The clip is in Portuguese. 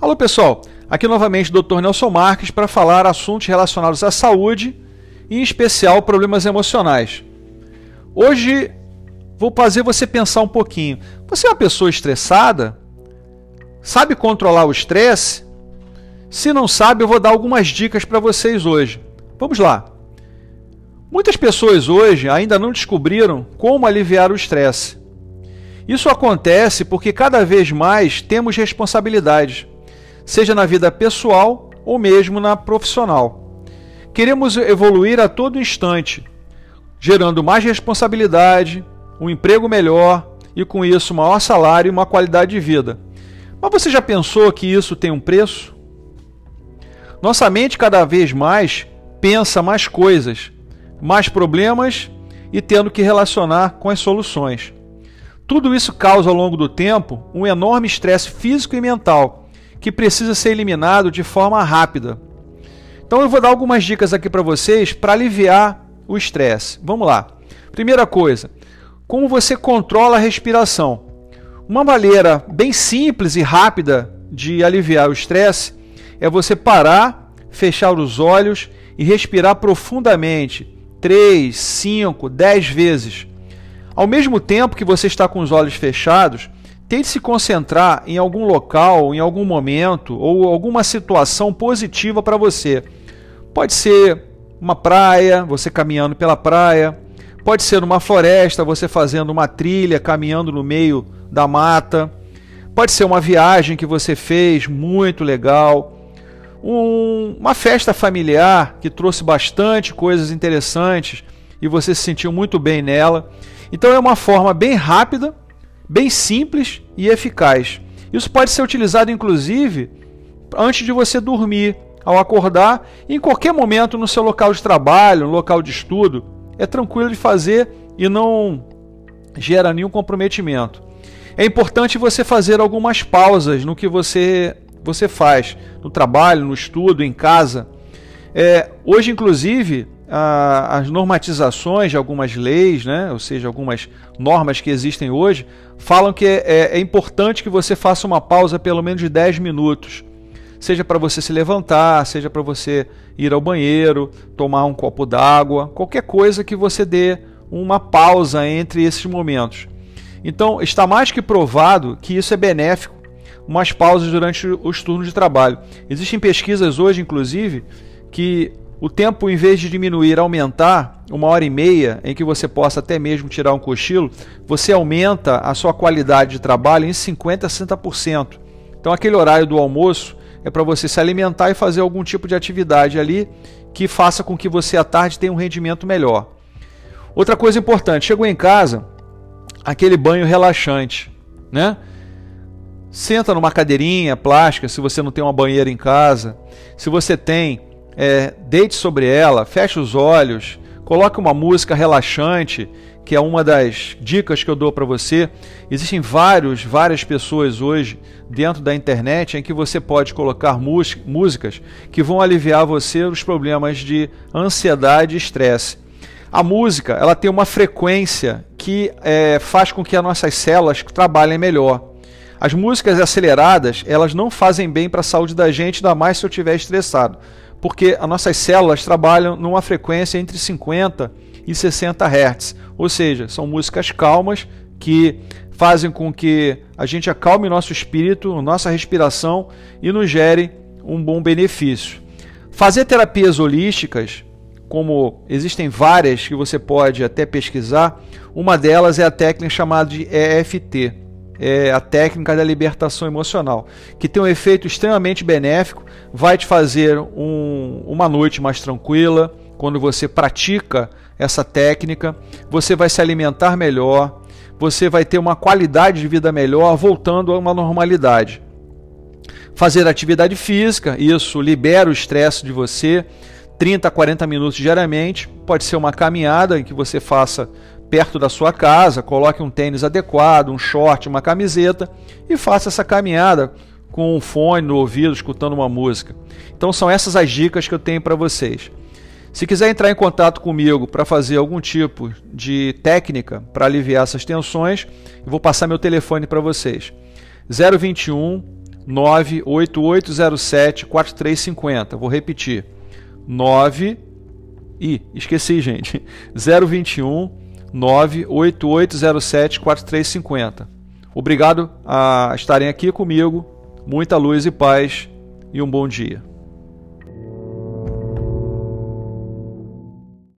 Alô pessoal, aqui novamente o Dr. Nelson Marques para falar assuntos relacionados à saúde e em especial problemas emocionais. Hoje vou fazer você pensar um pouquinho. Você é uma pessoa estressada? Sabe controlar o estresse? Se não sabe, eu vou dar algumas dicas para vocês hoje. Vamos lá. Muitas pessoas hoje ainda não descobriram como aliviar o estresse. Isso acontece porque cada vez mais temos responsabilidades, seja na vida pessoal ou mesmo na profissional. Queremos evoluir a todo instante, gerando mais responsabilidade, um emprego melhor e com isso maior salário e uma qualidade de vida. Mas você já pensou que isso tem um preço? Nossa mente cada vez mais pensa mais coisas, mais problemas e tendo que relacionar com as soluções. Tudo isso causa ao longo do tempo um enorme estresse físico e mental que precisa ser eliminado de forma rápida. Então eu vou dar algumas dicas aqui para vocês para aliviar o estresse. Vamos lá. Primeira coisa, como você controla a respiração. Uma maneira bem simples e rápida de aliviar o estresse é você parar, fechar os olhos e respirar profundamente 3, 5, 10 vezes. Ao mesmo tempo que você está com os olhos fechados, tente se concentrar em algum local, em algum momento ou alguma situação positiva para você. Pode ser uma praia, você caminhando pela praia. Pode ser uma floresta, você fazendo uma trilha, caminhando no meio da mata. Pode ser uma viagem que você fez, muito legal. Uma festa familiar que trouxe bastante coisas interessantes e você se sentiu muito bem nela. Então é uma forma bem rápida, bem simples e eficaz. Isso pode ser utilizado inclusive antes de você dormir, ao acordar, em qualquer momento no seu local de trabalho, no local de estudo. É tranquilo de fazer e não gera nenhum comprometimento. É importante você fazer algumas pausas no que você faz, no trabalho, no estudo, em casa. Hoje, inclusive, as normatizações de algumas leis, né, ou seja, algumas normas que existem hoje, falam que é importante que você faça uma pausa pelo menos de 10 minutos. Seja para você se levantar, seja para você ir ao banheiro, tomar um copo d'água, qualquer coisa que você dê uma pausa entre esses momentos. Então, está mais que provado que isso é benéfico, umas pausas durante os turnos de trabalho. Existem pesquisas hoje, inclusive, que o tempo, em vez de diminuir, aumentar, 1h30, em que você possa até mesmo tirar um cochilo, você aumenta a sua qualidade de trabalho em 50% a 60%. Então, aquele horário do almoço é para você se alimentar e fazer algum tipo de atividade ali que faça com que você à tarde tenha um rendimento melhor. Outra coisa importante, chegou em casa, aquele banho relaxante, né? Senta numa cadeirinha plástica, se você não tem uma banheira em casa. Se você tem, deite sobre ela, feche os olhos, coloque uma música relaxante, que é uma das dicas que eu dou para você. Existem várias pessoas hoje dentro da internet em que você pode colocar músicas que vão aliviar você os problemas de ansiedade e estresse. A música, ela tem uma frequência que faz com que as nossas células trabalhem melhor. As músicas aceleradas, elas não fazem bem para a saúde da gente, ainda mais se eu estiver estressado, porque as nossas células trabalham numa frequência entre 50 e 60 Hz, ou seja, são músicas calmas que fazem com que a gente acalme nosso espírito, nossa respiração e nos gere um bom benefício. Fazer terapias holísticas, como existem várias que você pode até pesquisar, uma delas é a técnica chamada de EFT, é a técnica da libertação emocional, que tem um efeito extremamente benéfico, vai te fazer uma noite mais tranquila. Quando você pratica essa técnica, você vai se alimentar melhor, você vai ter uma qualidade de vida melhor, voltando a uma normalidade. Fazer atividade física, isso libera o estresse de você, 30 a 40 minutos diariamente, pode ser uma caminhada em que você faça perto da sua casa, coloque um tênis adequado, um short, uma camiseta e faça essa caminhada com um fone no ouvido, escutando uma música. Então são essas as dicas que eu tenho para vocês. Se quiser entrar em contato comigo para fazer algum tipo de técnica para aliviar essas tensões, eu vou passar meu telefone para vocês. 021 98807-4350. Vou repetir. 9 e esqueci, gente. 021 98807-4350. Obrigado a estarem aqui comigo. Muita luz e paz e um bom dia.